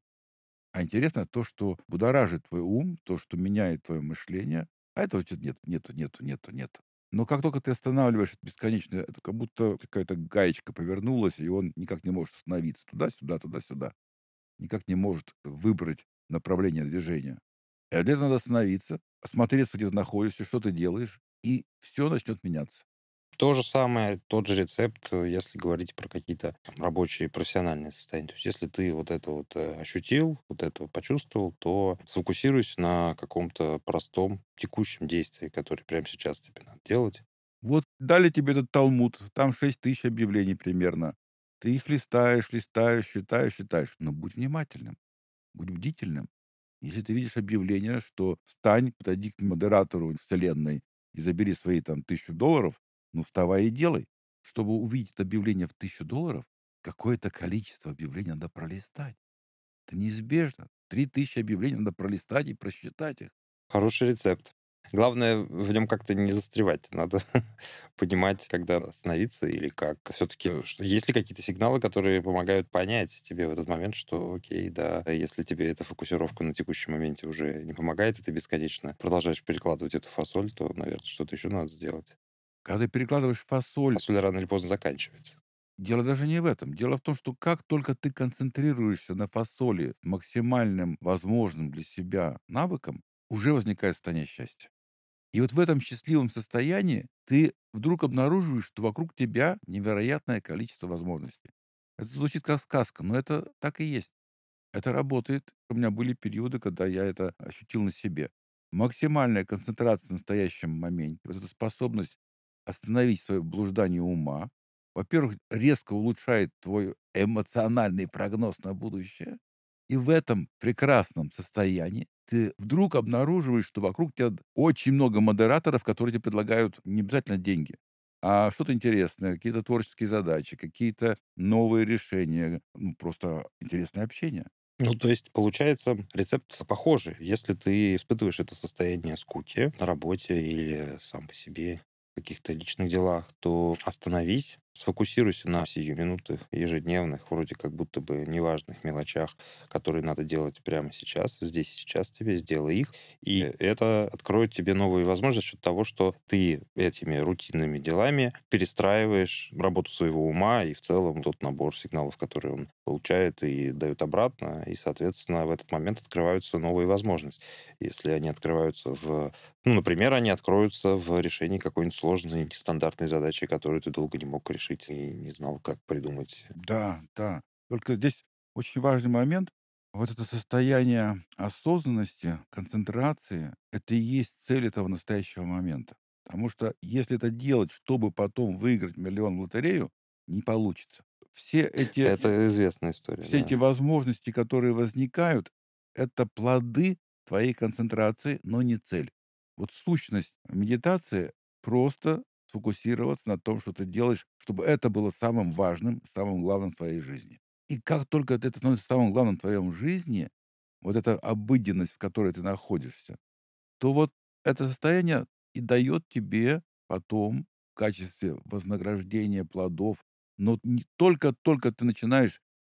А интересно то, что будоражит твой ум, то, что меняет твое мышление, а этого чё-то нет, нету, нету, нету, нету. Но как только ты останавливаешь это бесконечно, это как будто какая-то гаечка повернулась, и он никак не может остановиться. Туда-сюда, туда-сюда. Никак не может выбрать направление движения. И обязательно надо остановиться, осмотреться, где ты находишься, что ты делаешь, и все начнет меняться. То же самое, тот же рецепт, э, если говорить про какие-то там рабочие, профессиональные состояния. То есть если ты вот это вот э, ощутил, вот это вот почувствовал, то сфокусируйся на каком-то простом текущем действии, которое прямо сейчас тебе надо делать. Вот дали тебе этот талмуд, там шесть тысяч объявлений примерно. Ты их листаешь, листаешь, считаешь, считаешь. Но будь внимательным, будь бдительным. Если ты видишь объявление, что встань, подойди к модератору Вселенной и забери свои там тысячу долларов, ну вставай и делай. Чтобы увидеть это объявление в тысячу долларов, какое-то количество объявлений надо пролистать. Это неизбежно. Три тысячи объявлений надо пролистать и просчитать их. Хороший рецепт. Главное в нем как-то не застревать. Надо понимать, когда остановиться или как. Все-таки, что есть ли какие-то сигналы, которые помогают понять тебе в этот момент, что окей, да, если тебе эта фокусировка на текущем моменте уже не помогает, и ты бесконечно продолжаешь перекладывать эту фасоль, то, наверное, что-то еще надо сделать. Когда ты перекладываешь фасоль. Фасоль рано или поздно заканчивается. Дело даже не в этом. Дело в том, что как только ты концентрируешься на фасоли с максимальным возможным для себя навыком, уже возникает состояние счастья. И вот в этом счастливом состоянии ты вдруг обнаруживаешь, что вокруг тебя невероятное количество возможностей. Это звучит как сказка, но это так и есть. Это работает. У меня были периоды, когда я это ощутил на себе. Максимальная концентрация в настоящем моменте, вот эта способность остановить свое блуждание ума, во-первых, резко улучшает твой эмоциональный прогноз на будущее, и в этом прекрасном состоянии ты вдруг обнаруживаешь, что вокруг тебя очень много модераторов, которые тебе предлагают не обязательно деньги, а что-то интересное, какие-то творческие задачи, какие-то новые решения, ну, просто интересное общение. Ну, то есть, получается, рецепт похожий. Если ты испытываешь это состояние скуки на работе или сам по себе в каких-то личных делах, то остановись, сфокусируйся на сиюминутных, ежедневных, вроде как будто бы неважных мелочах, которые надо делать прямо сейчас, здесь и сейчас тебе, сделай их. И это откроет тебе новые возможности за счет того, что ты этими рутинными делами перестраиваешь работу своего ума и в целом тот набор сигналов, которые он получает и дает обратно. И, соответственно, в этот момент открываются новые возможности. Если они открываются в... Ну, например, они откроются в решении какой-нибудь сложной, нестандартной задачи, которую ты долго не мог решить и не знал, как придумать. Да, да. Только здесь очень важный момент. Вот это состояние осознанности, концентрации — это и есть цель этого настоящего момента. Потому что если это делать, чтобы потом выиграть миллион в лотерею, не получится. Все эти Это известная история, все эти да. возможности, которые возникают, это плоды твоей концентрации, но не цель. Вот сущность медитации — просто сфокусироваться на том, что ты делаешь, чтобы это было самым важным, самым главным в твоей жизни. И как только это становится самым главным в твоем жизни, вот эта обыденность, в которой ты находишься, то вот это состояние и дает тебе потом в качестве вознаграждения плодов. Но не только только ты начинаешь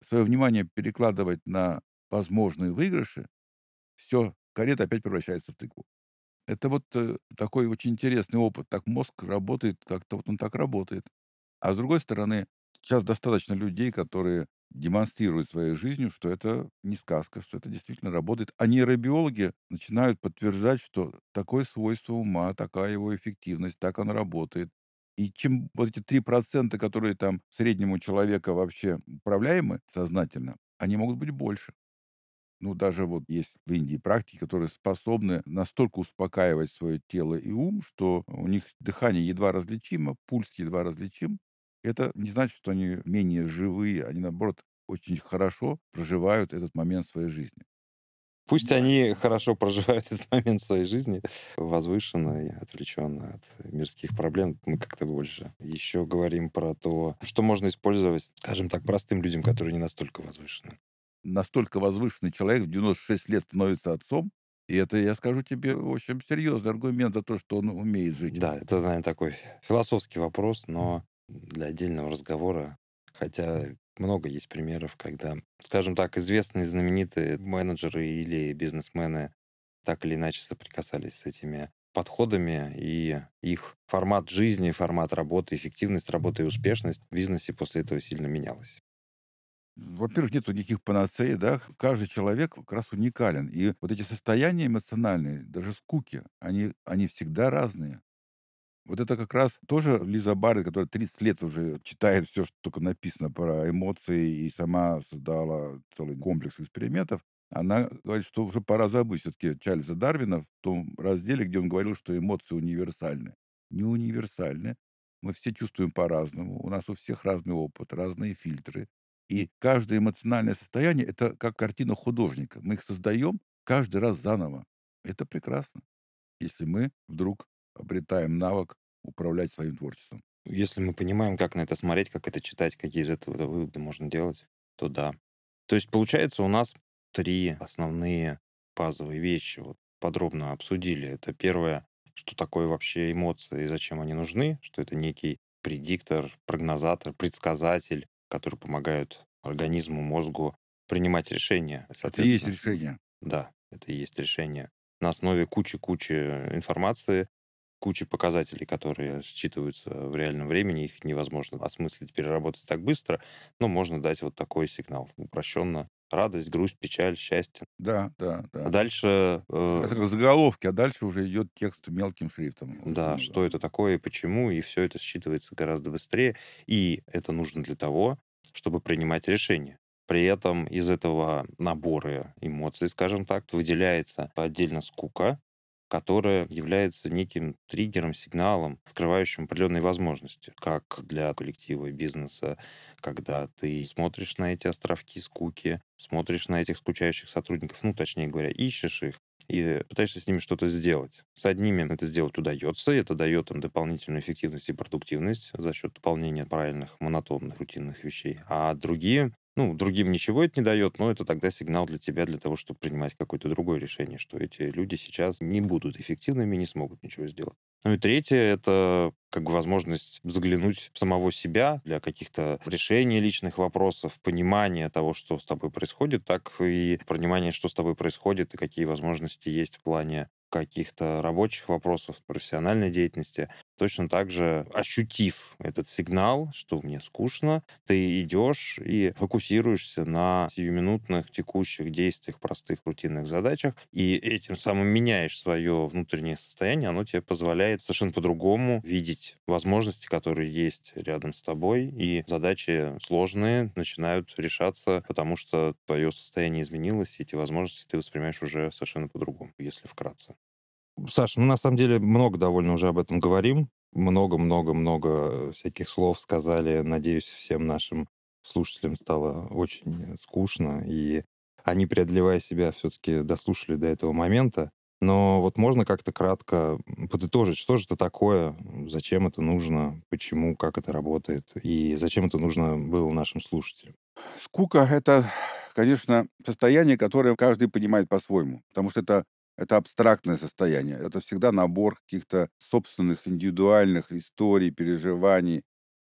свое внимание перекладывать на возможные выигрыши, все, карета опять превращается в тыкву. Это вот э, такой очень интересный опыт. Так мозг работает, как-то вот он так работает. А с другой стороны, сейчас достаточно людей, которые демонстрируют своей жизнью, что это не сказка, что это действительно работает. А нейробиологи начинают подтверждать, что такое свойство ума, такая его эффективность, так он работает. И чем вот эти три процента, которые там среднему человека вообще управляемы сознательно, они могут быть больше. Ну, даже вот есть в Индии практики, которые способны настолько успокаивать свое тело и ум, что у них дыхание едва различимо, пульс едва различим. Это не значит, что они менее живые, они, наоборот, очень хорошо проживают этот момент своей жизни. Пусть они хорошо проживают этот момент своей жизни, возвышенно и отвлеченно от мирских проблем. Мы как-то больше еще говорим про то, что можно использовать, скажем так, простым людям, которые не настолько возвышены. Настолько возвышенный человек в девяносто шесть лет становится отцом, и это, я скажу тебе, в общем, серьезный аргумент за то, что он умеет жить. Да, это, наверное, такой философский вопрос, но для отдельного разговора, хотя много есть примеров, когда, скажем так, известные знаменитые менеджеры или бизнесмены так или иначе соприкасались с этими подходами, и их формат жизни, формат работы, эффективность работы и успешность в бизнесе после этого сильно менялась. Во-первых, нету никаких панацеи, да. Каждый человек как раз уникален. И вот эти состояния эмоциональные, даже скуки, они, они всегда разные. Вот это как раз тоже Лиза Барретт, которая тридцать лет уже читает все, что только написано про эмоции, и сама создала целый комплекс экспериментов. Она говорит, что уже пора забыть все-таки Чарльза Дарвина в том разделе, где он говорил, что эмоции универсальны. Не универсальны. Мы все чувствуем по-разному. У нас у всех разный опыт, разные фильтры. И каждое эмоциональное состояние — это как картина художника. Мы их создаем каждый раз заново. Это прекрасно, если мы вдруг обретаем навык управлять своим творчеством. Если мы понимаем, как на это смотреть, как это читать, какие из этого выводы можно делать, то да. То есть, получается, у нас три основные базовые вещи. Вот подробно обсудили. Это первое, что такое вообще эмоции и зачем они нужны, что это некий предиктор, прогнозатор, предсказатель, который помогает организму, мозгу принимать решения. Это и есть Соответственно, решение. да, это и есть решение. На основе кучи-кучи информации, кучи показателей, которые считываются в реальном времени, их невозможно осмыслить, переработать так быстро, но можно дать вот такой сигнал упрощенно. Радость, грусть, печаль, счастье. Да, да, А да. дальше, э, Это как заголовки, а дальше уже идет текст мелким шрифтом. Очень да, много. что это такое и почему, и все это считывается гораздо быстрее. И это нужно для того, чтобы принимать решения. При этом из этого набора эмоций, скажем так, выделяется отдельно скука, которая является неким триггером, сигналом, открывающим определенные возможности, как для коллектива и бизнеса, когда ты смотришь на эти островки скуки, смотришь на этих скучающих сотрудников, ну, точнее говоря, ищешь их, и пытаешься с ними что-то сделать. С одними это сделать удается, и это дает им дополнительную эффективность и продуктивность за счет выполнения правильных, монотонных, рутинных вещей. А другие, ну, другим ничего это не дает, но это тогда сигнал для тебя, для того, чтобы принимать какое-то другое решение, что эти люди сейчас не будут эффективными, не смогут ничего сделать. Ну и третье — это как бы возможность заглянуть в самого себя для каких-то решений личных вопросов, понимания того, что с тобой происходит, так и понимания, что с тобой происходит и какие возможности есть в плане каких-то рабочих вопросов, профессиональной деятельности. Точно так же, ощутив этот сигнал, что мне скучно, ты идешь и фокусируешься на сиюминутных текущих действиях, простых рутинных задачах, и этим самым меняешь свое внутреннее состояние, оно тебе позволяет совершенно по-другому видеть возможности, которые есть рядом с тобой, и задачи сложные начинают решаться, потому что твое состояние изменилось, и эти возможности ты воспринимаешь уже совершенно по-другому, если вкратце. Саш, мы на самом деле много довольно уже об этом говорим. Много-много-много всяких слов сказали. Надеюсь, всем нашим слушателям стало очень скучно, и они, преодолевая себя, все-таки дослушали до этого момента. Но вот можно как-то кратко подытожить, что же это такое, зачем это нужно, почему, как это работает, и зачем это нужно было нашим слушателям. Скука — это, конечно, состояние, которое каждый понимает по-своему, потому что это, это абстрактное состояние. Это всегда набор каких-то собственных индивидуальных историй, переживаний.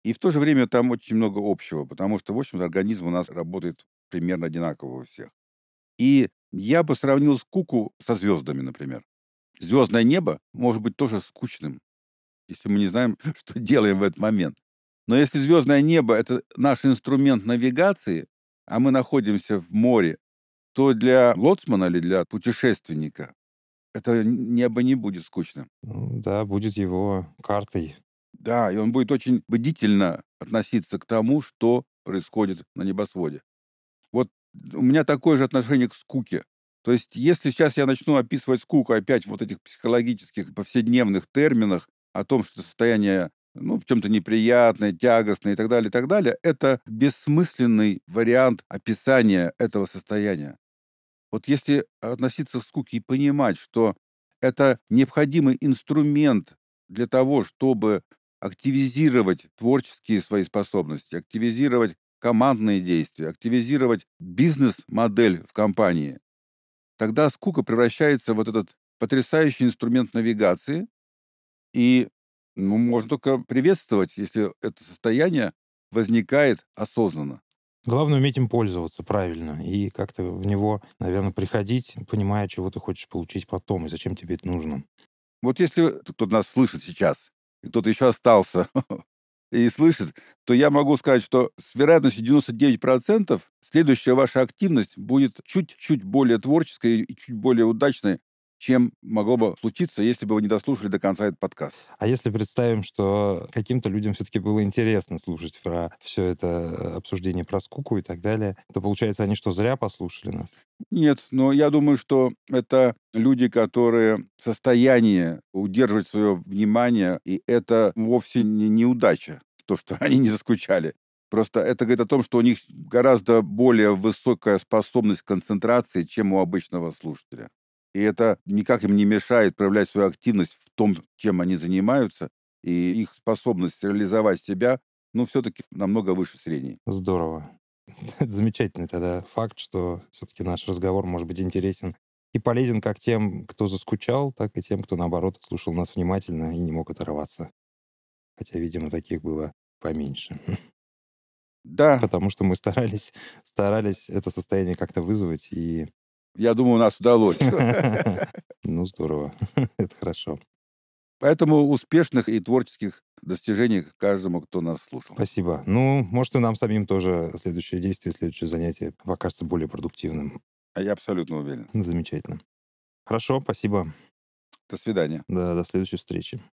И в то же время там очень много общего, потому что, в общем-то, организм у нас работает примерно одинаково у всех. И я бы сравнил скуку со звездами, например. Звездное небо может быть тоже скучным, если мы не знаем, что делаем в этот момент. Но если звездное небо — это наш инструмент навигации, а мы находимся в море, то для лоцмана или для путешественника это небо не будет скучным. Ну да, будет его картой. Да, и он будет очень бдительно относиться к тому, что происходит на небосводе. Вот у меня такое же отношение к скуке. То есть, если сейчас я начну описывать скуку опять в вот этих психологических повседневных терминах о том, что состояние, ну, в чем-то неприятное, тягостное и так далее, и так далее, это бессмысленный вариант описания этого состояния. Вот если относиться к скуке и понимать, что это необходимый инструмент для того, чтобы активизировать творческие свои способности, активизировать командные действия, активизировать бизнес-модель в компании, тогда скука превращается в вот этот потрясающий инструмент навигации, и ну, можно только приветствовать, если это состояние возникает осознанно. Главное уметь им пользоваться правильно и как-то в него, наверное, приходить, понимая, чего ты хочешь получить потом и зачем тебе это нужно. Вот если кто-то нас слышит сейчас, и кто-то еще остался и слышит, то я могу сказать, что с вероятностью девяносто девять процентов следующая ваша активность будет чуть-чуть более творческой и чуть более удачной, чем могло бы случиться, если бы вы не дослушали до конца этот подкаст. А если представим, что каким-то людям все-таки было интересно слушать про все это э, обсуждение про скуку и так далее, то получается, они что, зря послушали нас? Нет, но я думаю, что это люди, которые в состоянии удерживать свое внимание, и это вовсе не неудача, то, что они не заскучали. Просто это говорит о том, что у них гораздо более высокая способность концентрации, чем у обычного слушателя. И это никак им не мешает проявлять свою активность в том, чем они занимаются, и их способность реализовать себя, ну, все-таки намного выше средней. Здорово. Это замечательный тогда факт, что все-таки наш разговор может быть интересен и полезен как тем, кто заскучал, так и тем, кто, наоборот, слушал нас внимательно и не мог оторваться. Хотя, видимо, таких было поменьше. Да, Потому что мы старались, старались это состояние как-то вызвать и... я думаю, у нас удалось. Ну, здорово. Это хорошо. Поэтому успешных и творческих достижений каждому, кто нас слушал. Спасибо. Ну, может, и нам самим тоже следующее действие, следующее занятие покажется более продуктивным. А я абсолютно уверен. Замечательно. Хорошо, спасибо. До свидания. До, до следующей встречи.